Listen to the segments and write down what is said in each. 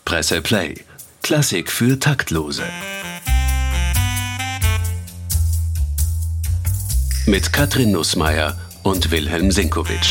Presse Play. Klassik für Taktlose. Mit Katrin Nussmeier und Wilhelm Senkowitsch.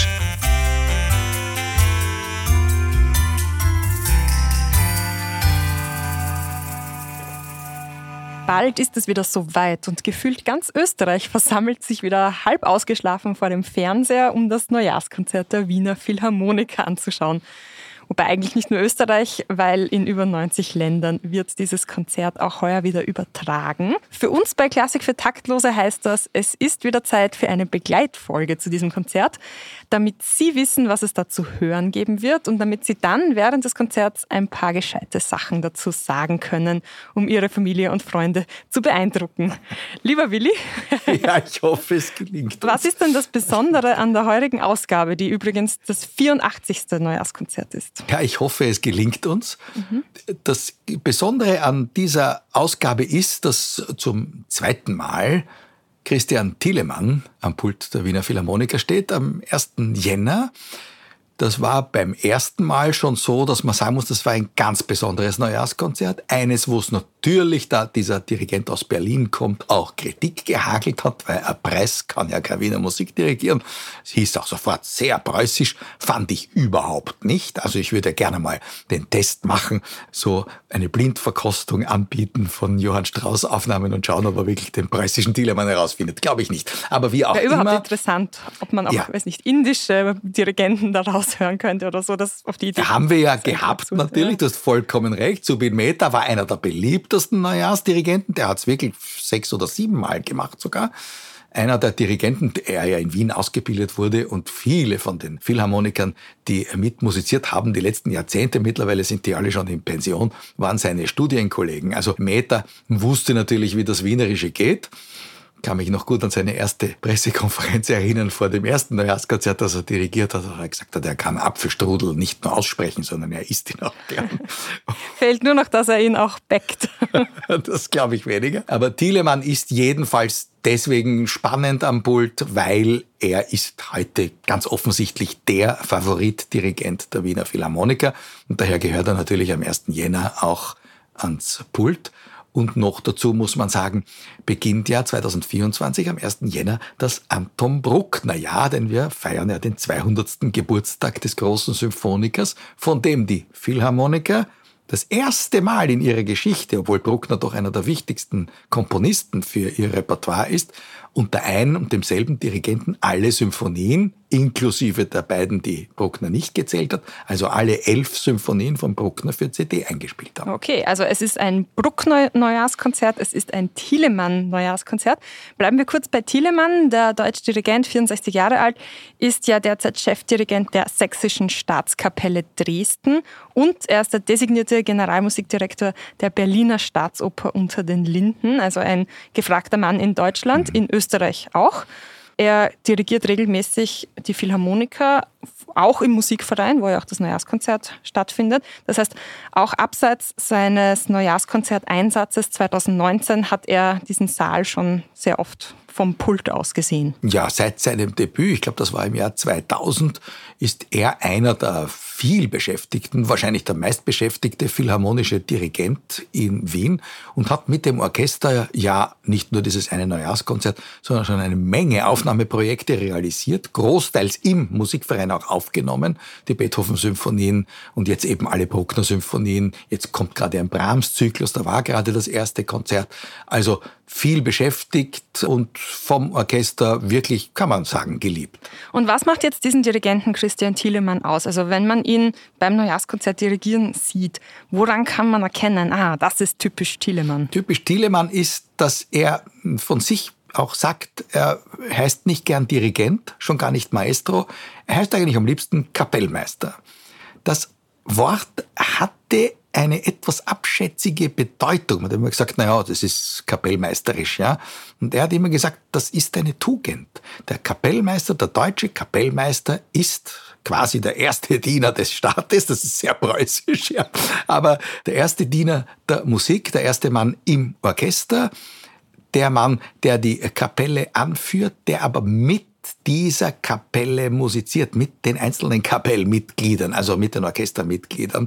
Bald ist es wieder soweit und gefühlt ganz Österreich versammelt sich wieder halb ausgeschlafen vor dem Fernseher, um das Neujahrskonzert der Wiener Philharmoniker anzuschauen. Wobei eigentlich nicht nur Österreich, weil in über 90 Ländern wird dieses Konzert auch heuer wieder übertragen. Für uns bei Klassik für Taktlose heißt das, es ist wieder Zeit für eine Begleitfolge zu diesem Konzert, damit Sie wissen, was es da zu hören geben wird und damit Sie dann während des Konzerts ein paar gescheite Sachen dazu sagen können, um Ihre Familie und Freunde zu beeindrucken. Lieber Willi, ja, ich hoffe, es gelingt uns. Was ist denn das Besondere an der heurigen Ausgabe, die übrigens das 84. Neujahrskonzert ist? Ja, ich hoffe, es gelingt uns. Das Besondere an dieser Ausgabe ist, dass zum zweiten Mal Christian Thielemann am Pult der Wiener Philharmoniker steht, am 1. Jänner. Das war beim ersten Mal schon so, dass man sagen muss, das war ein ganz besonderes Neujahrskonzert. Eines, wo es natürlich, da dieser Dirigent aus Berlin kommt, auch Kritik gehagelt hat, weil ein Preis kann ja keine Wiener Musik dirigieren. Es hieß auch sofort sehr preußisch, fand ich überhaupt nicht. Also ich würde gerne mal den Test machen, so eine Blindverkostung anbieten von Johann Strauss Aufnahmen und schauen, ob er wirklich den preußischen Thielemann herausfindet. Glaube ich nicht. Aber wie auch immer. Überhaupt interessant, ob man auch, weiß nicht, indische Dirigenten daraus hören könnte oder so, das auf die Idee. Haben wir ja gehabt, natürlich, ja. Du hast vollkommen recht. Zubin Mehta war einer der beliebtesten Neujahrsdirigenten, der hat es wirklich 6 oder 7 Mal gemacht sogar. Einer der Dirigenten, der ja in Wien ausgebildet wurde und viele von den Philharmonikern, die mitmusiziert haben, die letzten Jahrzehnte, mittlerweile sind die alle schon in Pension, waren seine Studienkollegen. Also Mehta wusste natürlich, wie das Wienerische geht. Kann mich noch gut an seine erste Pressekonferenz erinnern vor dem ersten Neujahrskonzert, das er dirigiert hat. Er gesagt hat, er kann Apfelstrudel nicht nur aussprechen, sondern er isst ihn auch gern. Fehlt nur noch, dass er ihn auch backt. Das glaube ich weniger. Aber Thielemann ist jedenfalls deswegen spannend am Pult, weil er ist heute ganz offensichtlich der Favoritdirigent der Wiener Philharmoniker. Und daher gehört er natürlich am 1. Jänner auch ans Pult. Und noch dazu muss man sagen, beginnt ja 2024 am 1. Jänner das Anton Bruckner-Jahr, denn wir feiern ja den 200. Geburtstag des großen Symphonikers, von dem die Philharmoniker das erste Mal in ihrer Geschichte, obwohl Bruckner doch einer der wichtigsten Komponisten für ihr Repertoire ist, unter einem und demselben Dirigenten alle Symphonien, inklusive der beiden, die Bruckner nicht gezählt hat, also alle 11 Symphonien von Bruckner für CD eingespielt haben. Okay, also es ist ein Bruckner-Neujahrskonzert, es ist ein Thielemann-Neujahrskonzert. Bleiben wir kurz bei Thielemann. Der deutsche Dirigent, 64 Jahre alt, ist ja derzeit Chefdirigent der Sächsischen Staatskapelle Dresden und er ist der designierte Generalmusikdirektor der Berliner Staatsoper Unter den Linden, also ein gefragter Mann in Deutschland, in Österreich auch. Er dirigiert regelmäßig die Philharmoniker, auch im Musikverein, wo ja auch das Neujahrskonzert stattfindet. Das heißt, auch abseits seines Neujahrskonzerteinsatzes 2019 hat er diesen Saal schon sehr oft vom Pult aus gesehen. Ja, seit seinem Debüt, ich glaube, das war im Jahr 2000, ist er einer der vielbeschäftigten, wahrscheinlich der meistbeschäftigte philharmonische Dirigent in Wien und hat mit dem Orchester ja nicht nur dieses eine Neujahrskonzert, sondern schon eine Menge Aufnahmeprojekte realisiert, großteils im Musikverein auch aufgenommen, die Beethoven-Symphonien und jetzt eben alle Bruckner-Symphonien. Jetzt kommt gerade ein Brahms-Zyklus, da war gerade das erste Konzert. Also viel beschäftigt und vom Orchester wirklich, kann man sagen, geliebt. Und was macht jetzt diesen Dirigenten Christian Thielemann aus? Also wenn man ihn beim Neujahrskonzert dirigieren sieht, woran kann man erkennen, das ist typisch Thielemann? Typisch Thielemann ist, dass er von sich auch sagt, er heißt nicht gern Dirigent, schon gar nicht Maestro, er heißt eigentlich am liebsten Kapellmeister. Das Wort hatte eine etwas abschätzige Bedeutung. Man hat immer gesagt, das ist kapellmeisterisch, ja. Und er hat immer gesagt, das ist eine Tugend. Der Kapellmeister, der deutsche Kapellmeister ist quasi der erste Diener des Staates, das ist sehr preußisch, ja. Aber der erste Diener der Musik, der erste Mann im Orchester, der Mann, der die Kapelle anführt, der aber mit dieser Kapelle musiziert, mit den einzelnen Kapellmitgliedern, also mit den Orchestermitgliedern.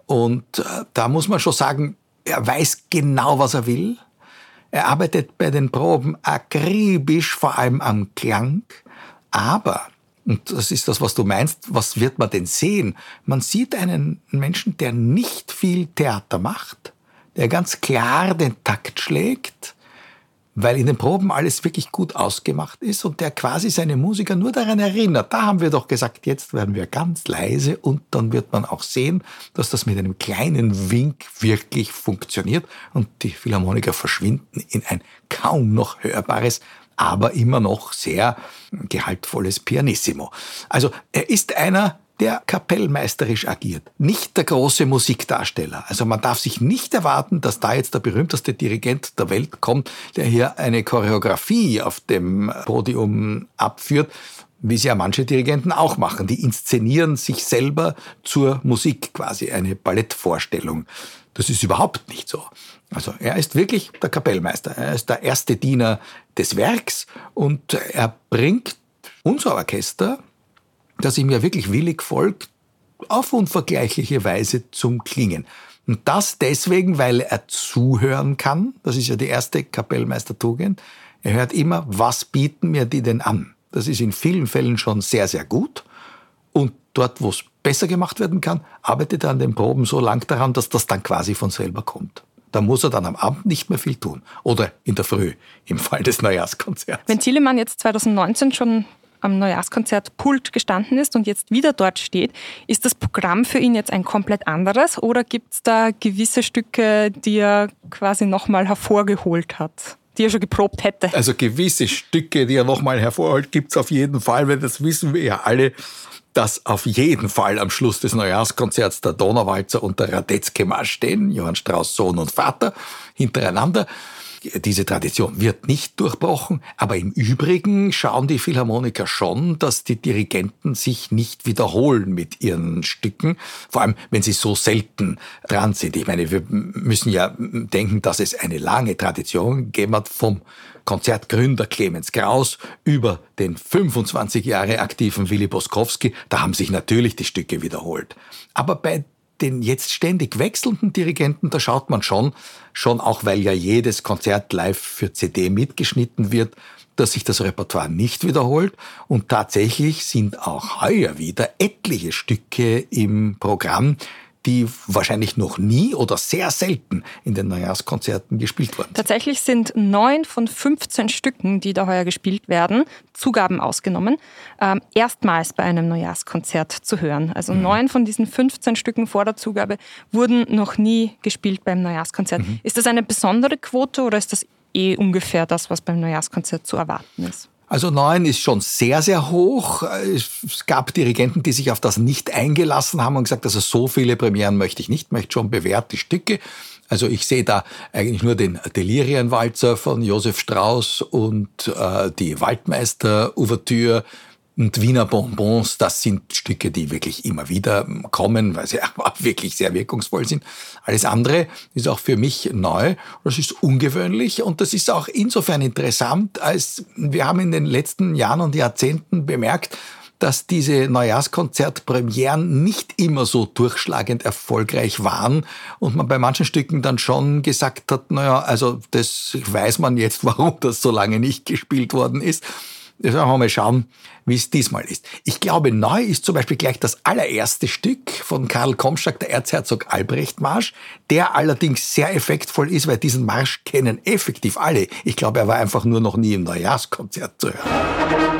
Und da muss man schon sagen, er weiß genau, was er will. Er arbeitet bei den Proben akribisch, vor allem am Klang. Aber, und das ist das, was du meinst, was wird man denn sehen? Man sieht einen Menschen, der nicht viel Theater macht, der ganz klar den Takt schlägt, weil in den Proben alles wirklich gut ausgemacht ist und der quasi seine Musiker nur daran erinnert. Da haben wir doch gesagt, jetzt werden wir ganz leise und dann wird man auch sehen, dass das mit einem kleinen Wink wirklich funktioniert und die Philharmoniker verschwinden in ein kaum noch hörbares, aber immer noch sehr gehaltvolles Pianissimo. Also er ist einer, der kapellmeisterisch agiert, nicht der große Musikdarsteller. Also man darf sich nicht erwarten, dass da jetzt der berühmteste Dirigent der Welt kommt, der hier eine Choreografie auf dem Podium abführt, wie es ja manche Dirigenten auch machen. Die inszenieren sich selber zur Musik, quasi eine Ballettvorstellung. Das ist überhaupt nicht so. Also er ist wirklich der Kapellmeister. Er ist der erste Diener des Werks und er bringt unser Orchester, das ihm ja wirklich willig folgt, auf unvergleichliche Weise zum Klingen. Und das deswegen, weil er zuhören kann. Das ist ja die erste Kapellmeistertugend. Er hört immer, was bieten mir die denn an? Das ist in vielen Fällen schon sehr, sehr gut. Und dort, wo es besser gemacht werden kann, arbeitet er an den Proben so lang daran, dass das dann quasi von selber kommt. Da muss er dann am Abend nicht mehr viel tun. Oder in der Früh, im Fall des Neujahrskonzerts. Wenn Thielemann jetzt 2019 schon am Neujahrskonzertpult gestanden ist und jetzt wieder dort steht, ist das Programm für ihn jetzt ein komplett anderes oder gibt es da gewisse Stücke, die er quasi nochmal hervorgeholt hat, die er schon geprobt hätte? Also gewisse Stücke, die er nochmal hervorholt, gibt es auf jeden Fall, weil das wissen wir ja alle, dass auf jeden Fall am Schluss des Neujahrskonzerts der Donauwalzer und der Radetzky-Marsch stehen, Johann Strauss Sohn und Vater, hintereinander. Diese Tradition wird nicht durchbrochen, aber im Übrigen schauen die Philharmoniker schon, dass die Dirigenten sich nicht wiederholen mit ihren Stücken, vor allem wenn sie so selten dran sind. Ich meine, wir müssen ja denken, dass es eine lange Tradition gegeben hat vom Konzertgründer Clemens Krauss über den 25 Jahre aktiven Willy Boskowski. Da haben sich natürlich die Stücke wiederholt. Aber bei den jetzt ständig wechselnden Dirigenten, da schaut man schon auch, weil ja jedes Konzert live für CD mitgeschnitten wird, dass sich das Repertoire nicht wiederholt. Und tatsächlich sind auch heuer wieder etliche Stücke im Programm, die wahrscheinlich noch nie oder sehr selten in den Neujahrskonzerten gespielt wurden. Tatsächlich sind 9 von 15 Stücken, die da heuer gespielt werden, Zugaben ausgenommen, erstmals bei einem Neujahrskonzert zu hören. Also 9 von diesen 15 Stücken vor der Zugabe wurden noch nie gespielt beim Neujahrskonzert. Ist das eine besondere Quote oder ist das ungefähr das, was beim Neujahrskonzert zu erwarten ist? Also 9 ist schon sehr, sehr hoch. Es gab Dirigenten, die sich auf das nicht eingelassen haben und gesagt, also so viele Premieren möchte ich nicht, möchte schon bewährte Stücke. Also ich sehe da eigentlich nur den Delirienwalzer von Josef Strauss und die Waldmeister-Ouvertüre und Wiener Bonbons. Das sind Stücke, die wirklich immer wieder kommen, weil sie auch wirklich sehr wirkungsvoll sind. Alles andere ist auch für mich neu. Das ist ungewöhnlich und das ist auch insofern interessant, als wir haben in den letzten Jahren und Jahrzehnten bemerkt, dass diese Neujahrskonzertpremieren nicht immer so durchschlagend erfolgreich waren und man bei manchen Stücken dann schon gesagt hat, naja, also das weiß man jetzt, warum das so lange nicht gespielt worden ist. Jetzt werden wir mal schauen, wie es diesmal ist. Ich glaube, neu ist zum Beispiel gleich das allererste Stück von Karl Komschak, der Erzherzog Albrecht Marsch, der allerdings sehr effektvoll ist, weil diesen Marsch kennen effektiv alle. Ich glaube, er war einfach nur noch nie im Neujahrskonzert zu hören.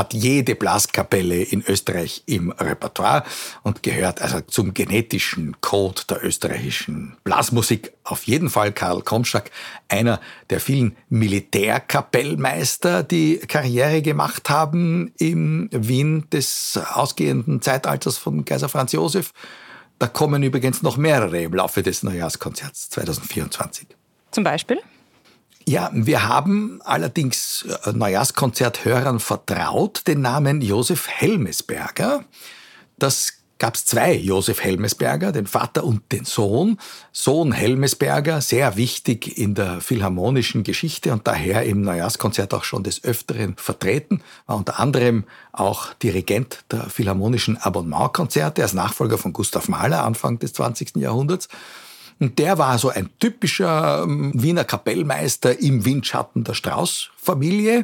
hat jede Blaskapelle in Österreich im Repertoire und gehört also zum genetischen Code der österreichischen Blasmusik. Auf jeden Fall Karl Komschak, einer der vielen Militärkapellmeister, die Karriere gemacht haben in Wien des ausgehenden Zeitalters von Kaiser Franz Josef. Da kommen übrigens noch mehrere im Laufe des Neujahrskonzerts 2024. Zum Beispiel? Ja, wir haben allerdings Neujahrskonzerthörern vertraut den Namen Josef Helmesberger. Das gab es zwei Josef Helmesberger, den Vater und den Sohn. Sohn Helmesberger, sehr wichtig in der philharmonischen Geschichte und daher im Neujahrskonzert auch schon des Öfteren vertreten, war unter anderem auch Dirigent der Philharmonischen Abonnementkonzerte als Nachfolger von Gustav Mahler Anfang des 20. Jahrhunderts. Und der war so ein typischer Wiener Kapellmeister im Windschatten der Strauß-Familie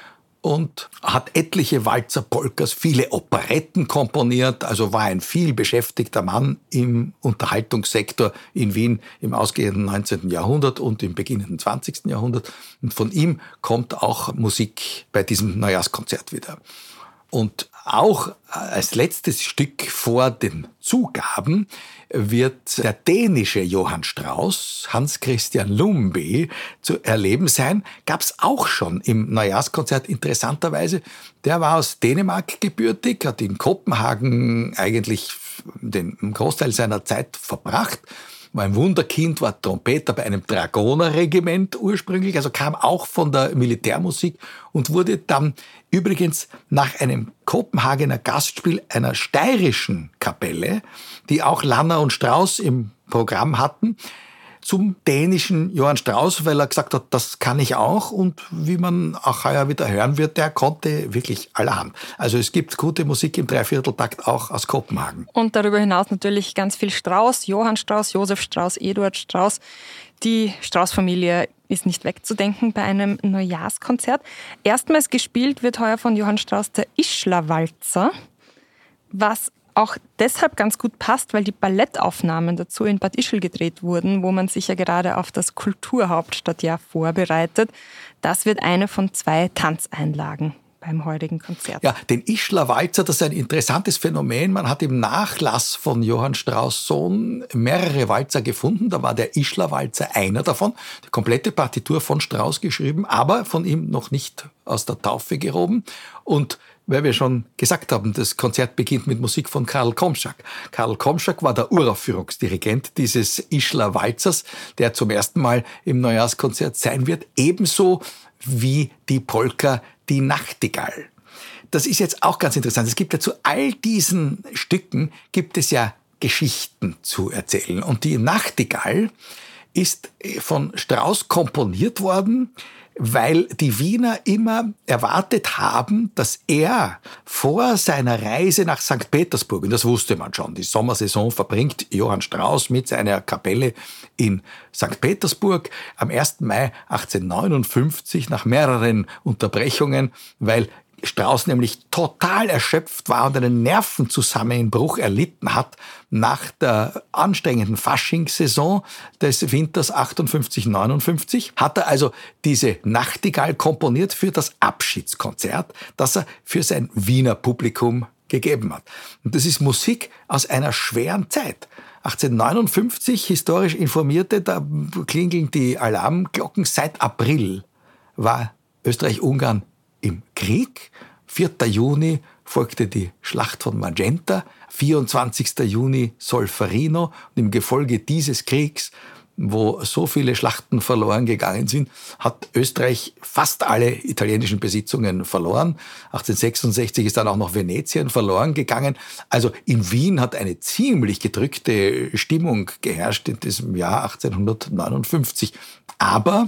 und hat etliche Walzer, Polkas, viele Operetten komponiert, also war ein viel beschäftigter Mann im Unterhaltungssektor in Wien im ausgehenden 19. Jahrhundert und im beginnenden 20. Jahrhundert. Und von ihm kommt auch Musik bei diesem Neujahrskonzert wieder. Und auch als letztes Stück vor den Zugaben wird der dänische Johann Strauss, Hans Christian Lumbye, zu erleben sein. Gab es auch schon im Neujahrskonzert interessanterweise. Der war aus Dänemark gebürtig, hat in Kopenhagen eigentlich den Großteil seiner Zeit verbracht. War ein Wunderkind, war Trompeter bei einem Dragonerregiment ursprünglich, also kam auch von der Militärmusik und wurde dann übrigens nach einem Kopenhagener Gastspiel einer steirischen Kapelle, die auch Lanner und Strauss im Programm hatten, zum dänischen Johann Strauss, weil er gesagt hat, das kann ich auch. Und wie man auch heuer wieder hören wird, der konnte wirklich allerhand. Also es gibt gute Musik im Dreivierteltakt auch aus Kopenhagen. Und darüber hinaus natürlich ganz viel Strauss, Johann Strauss, Josef Strauss, Eduard Strauss. Die Strauss-Familie ist nicht wegzudenken bei einem Neujahrskonzert. Erstmals gespielt wird heuer von Johann Strauss der Ischler-Walzer, was auch deshalb ganz gut passt, weil die Ballettaufnahmen dazu in Bad Ischl gedreht wurden, wo man sich ja gerade auf das Kulturhauptstadtjahr vorbereitet. Das wird eine von 2 Tanzeinlagen beim heutigen Konzert. Ja, den Ischler Walzer, das ist ein interessantes Phänomen. Man hat im Nachlass von Johann Strauss' Sohn mehrere Walzer gefunden. Da war der Ischler Walzer einer davon. Die komplette Partitur von Strauss geschrieben, aber von ihm noch nicht aus der Taufe gehoben. Und weil wir schon gesagt haben, das Konzert beginnt mit Musik von Karl Komschak. Karl Komschak war der Uraufführungsdirigent dieses Ischler Walzers, der zum ersten Mal im Neujahrskonzert sein wird, ebenso wie die Polka Die Nachtigall. Das ist jetzt auch ganz interessant. Es gibt ja zu all diesen Stücken gibt es ja Geschichten zu erzählen. Und die Nachtigall ist von Strauss komponiert worden, weil die Wiener immer erwartet haben, dass er vor seiner Reise nach St. Petersburg, und das wusste man schon, die Sommersaison verbringt Johann Strauss mit seiner Kapelle in St. Petersburg am 1. Mai 1859 nach mehreren Unterbrechungen, weil Strauss nämlich total erschöpft war und einen Nervenzusammenbruch erlitten hat nach der anstrengenden Faschingssaison des Winters 58-59, hat er also diese Nachtigall komponiert für das Abschiedskonzert, das er für sein Wiener Publikum gegeben hat. Und das ist Musik aus einer schweren Zeit. 1859, historisch Informierte, da klingeln die Alarmglocken. Seit April war Österreich-Ungarn im Krieg. 4. Juni folgte die Schlacht von Magenta, 24. Juni Solferino. Und im Gefolge dieses Kriegs, wo so viele Schlachten verloren gegangen sind, hat Österreich fast alle italienischen Besitzungen verloren. 1866 ist dann auch noch Venetien verloren gegangen. Also in Wien hat eine ziemlich gedrückte Stimmung geherrscht in diesem Jahr 1859. Aber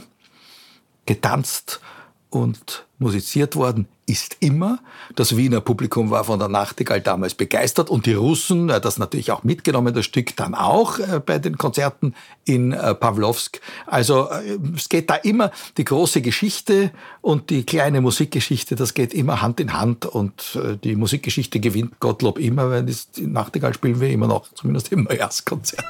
getanzt und musiziert worden ist immer. Das Wiener Publikum war von der Nachtigall damals begeistert und die Russen, das natürlich auch mitgenommen, das Stück dann auch bei den Konzerten in Pawlowsk. Also es geht da immer die große Geschichte und die kleine Musikgeschichte, das geht immer Hand in Hand und die Musikgeschichte gewinnt Gottlob immer, weil die Nachtigall spielen wir immer noch, zumindest im Neujahrskonzert.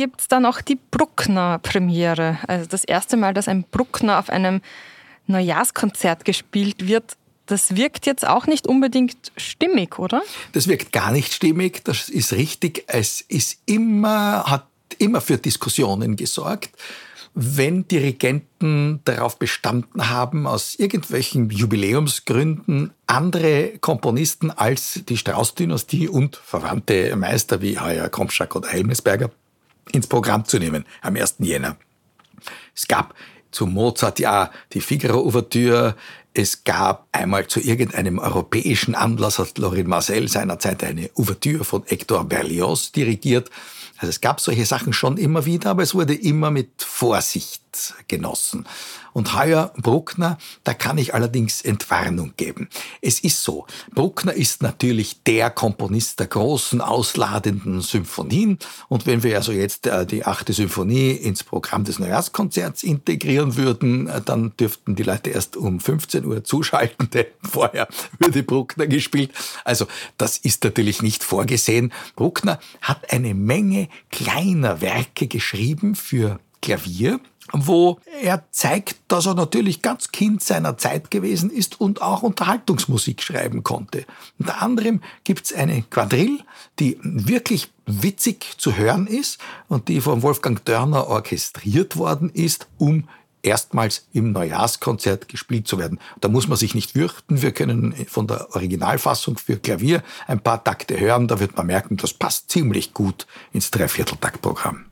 gibt es dann auch die Bruckner-Premiere. Also das erste Mal, dass ein Bruckner auf einem Neujahrskonzert gespielt wird. Das wirkt jetzt auch nicht unbedingt stimmig, oder? Das wirkt gar nicht stimmig, das ist richtig. Es hat immer für Diskussionen gesorgt. Wenn Dirigenten darauf bestanden haben, aus irgendwelchen Jubiläumsgründen andere Komponisten als die Strauß-Dynastie und verwandte Meister wie heuer Kromschak oder Helmesberger ins Programm zu nehmen am 1. Jänner. Es gab zu Mozart ja die Figaro-Ouvertüre. Es gab einmal zu irgendeinem europäischen Anlass, hat Lorin Maazel seinerzeit eine Ouvertüre von Hector Berlioz dirigiert. Also es gab solche Sachen schon immer wieder, aber es wurde immer mit Vorsicht genossen. Und heuer Bruckner, da kann ich allerdings Entwarnung geben. Es ist so, Bruckner ist natürlich der Komponist der großen, ausladenden Symphonien. Und wenn wir also jetzt die 8. Symphonie ins Programm des Neujahrskonzerts integrieren würden, dann dürften die Leute erst um 15 Uhr zuschalten, denn vorher würde Bruckner gespielt. Also das ist natürlich nicht vorgesehen. Bruckner hat eine Menge kleiner Werke geschrieben für Klavier, wo er zeigt, dass er natürlich ganz Kind seiner Zeit gewesen ist und auch Unterhaltungsmusik schreiben konnte. Unter anderem gibt's eine Quadrille, die wirklich witzig zu hören ist und die von Wolfgang Dörner orchestriert worden ist, um erstmals im Neujahrskonzert gespielt zu werden. Da muss man sich nicht fürchten. Wir können von der Originalfassung für Klavier ein paar Takte hören. Da wird man merken, das passt ziemlich gut ins Dreivierteltaktprogramm.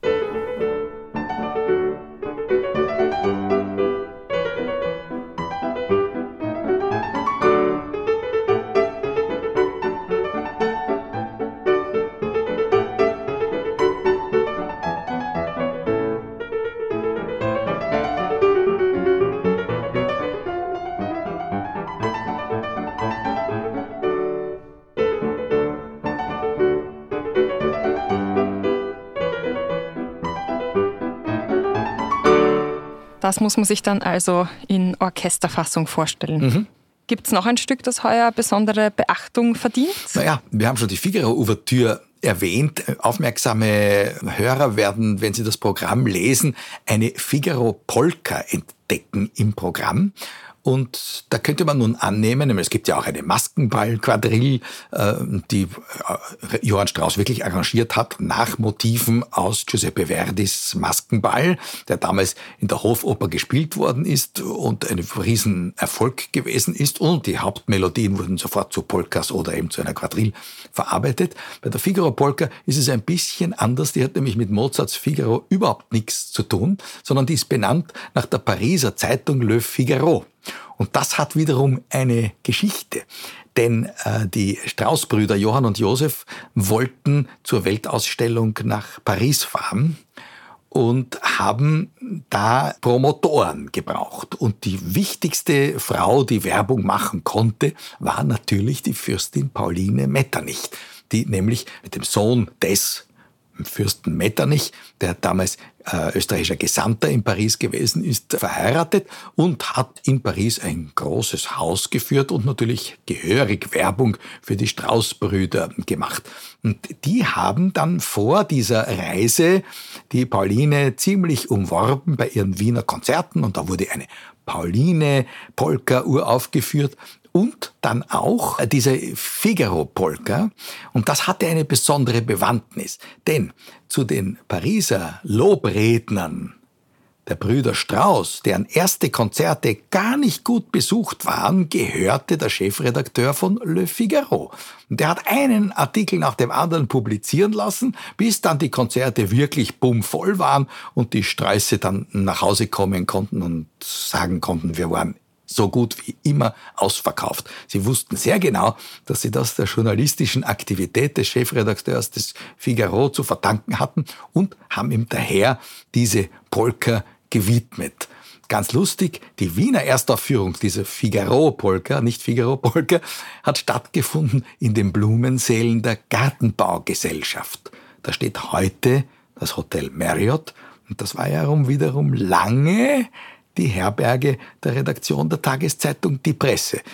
Das muss man sich dann also in Orchesterfassung vorstellen. Gibt es noch ein Stück, das heuer besondere Beachtung verdient? Naja, wir haben schon die Figaro-Ouvertüre erwähnt. Aufmerksame Hörer werden, wenn sie das Programm lesen, eine Figaro-Polka entdecken im Programm. Und da könnte man nun annehmen, es gibt ja auch eine Maskenball-Quadrille, die Johann Strauss wirklich arrangiert hat, nach Motiven aus Giuseppe Verdis Maskenball, der damals in der Hofoper gespielt worden ist und ein Riesenerfolg gewesen ist. Und die Hauptmelodien wurden sofort zu Polkas oder eben zu einer Quadrille verarbeitet. Bei der Figaro-Polka ist es ein bisschen anders. Die hat nämlich mit Mozarts Figaro überhaupt nichts zu tun, sondern die ist benannt nach der Pariser Zeitung Le Figaro. Und das hat wiederum eine Geschichte. Denn die Strauß-Brüder Johann und Josef wollten zur Weltausstellung nach Paris fahren und haben da Promotoren gebraucht. Und die wichtigste Frau, die Werbung machen konnte, war natürlich die Fürstin Pauline Metternich, die nämlich mit dem Sohn des Fürsten Metternich, der damals österreichischer Gesandter in Paris gewesen ist, verheiratet und hat in Paris ein großes Haus geführt und natürlich gehörig Werbung für die Strauß-Brüder gemacht. Und die haben dann vor dieser Reise die Pauline ziemlich umworben bei ihren Wiener Konzerten und da wurde eine Pauline-Polka uraufgeführt. Und dann auch diese Figaro-Polka. Und das hatte eine besondere Bewandtnis. Denn zu den Pariser Lobrednern der Brüder Strauß, deren erste Konzerte gar nicht gut besucht waren, gehörte der Chefredakteur von Le Figaro. Und der hat einen Artikel nach dem anderen publizieren lassen, bis dann die Konzerte wirklich bummvoll waren und die Sträuße dann nach Hause kommen konnten und sagen konnten, wir waren so gut wie immer ausverkauft. Sie wussten sehr genau, dass sie das der journalistischen Aktivität des Chefredakteurs des Figaro zu verdanken hatten und haben ihm daher diese Polka gewidmet. Ganz lustig, die Wiener Erstaufführung dieser Figaro-Polka, nicht Figaro-Polka, hat stattgefunden in den Blumensälen der Gartenbaugesellschaft. Da steht heute das Hotel Marriott und das war ja wiederum lange die Herberge der Redaktion der Tageszeitung Die Presse.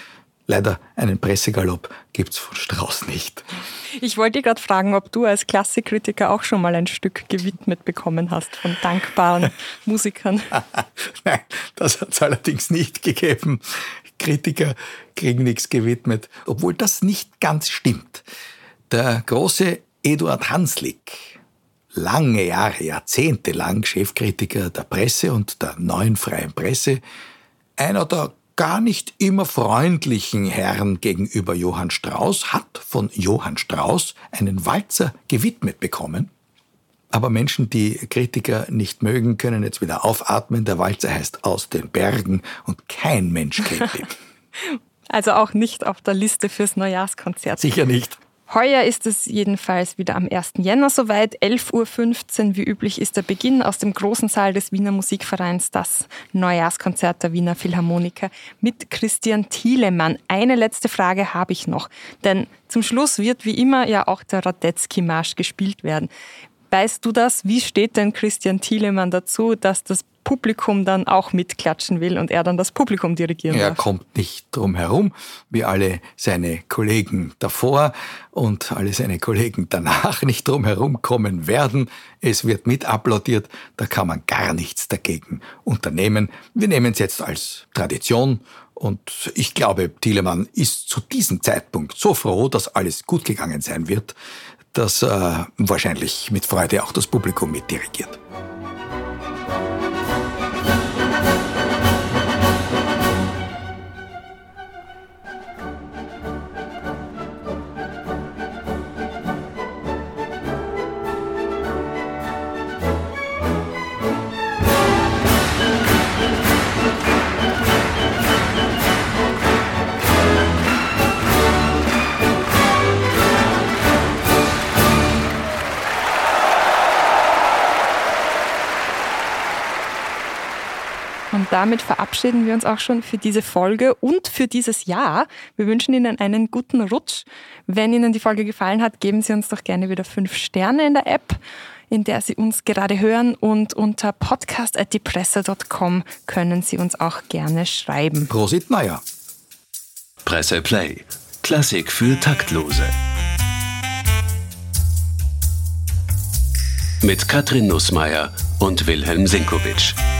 Leider einen Pressegalopp gibt's von Strauss nicht. Ich wollte gerade fragen, ob du als Klassikkritiker auch schon mal ein Stück gewidmet bekommen hast von dankbaren Musikern. Nein, das hat es allerdings nicht gegeben. Kritiker kriegen nichts gewidmet, obwohl das nicht ganz stimmt. Der große Eduard Hanslick, lange Jahre, jahrzehntelang Chefkritiker der Presse und der Neuen Freien Presse, einer der gar nicht immer freundlichen Herren gegenüber Johann Strauss, hat von Johann Strauss einen Walzer gewidmet bekommen. Aber Menschen, die Kritiker nicht mögen, können jetzt wieder aufatmen. Der Walzer heißt Aus den Bergen und kein Mensch kennt ihn. Also auch nicht auf der Liste fürs Neujahrskonzert. Sicher nicht. Heuer ist es jedenfalls wieder am 1. Jänner soweit. 11.15 Uhr wie üblich ist der Beginn aus dem großen Saal des Wiener Musikvereins, das Neujahrskonzert der Wiener Philharmoniker mit Christian Thielemann. Eine letzte Frage habe ich noch, denn zum Schluss wird wie immer ja auch der Radetzky-Marsch gespielt werden. Weißt du das? Wie steht denn Christian Thielemann dazu, dass das Publikum dann auch mitklatschen will und er dann das Publikum dirigieren darf? Er kommt nicht drum herum, wie alle seine Kollegen davor und alle seine Kollegen danach nicht drum herum kommen werden. Es wird mit applaudiert, da kann man gar nichts dagegen unternehmen. Wir nehmen es jetzt als Tradition und ich glaube, Thielemann ist zu diesem Zeitpunkt so froh, dass alles gut gegangen sein wird, dass wahrscheinlich mit Freude auch das Publikum mitdirigiert. Und damit verabschieden wir uns auch schon für diese Folge und für dieses Jahr. Wir wünschen Ihnen einen guten Rutsch. Wenn Ihnen die Folge gefallen hat, geben Sie uns doch gerne wieder 5 Sterne in der App, in der Sie uns gerade hören. Und unter podcast@diepresse.com können Sie uns auch gerne schreiben. Prosit Neujahr. Presse Play. Klassik für Taktlose. Mit Katrin Nussmeier und Wilhelm Senkowitsch.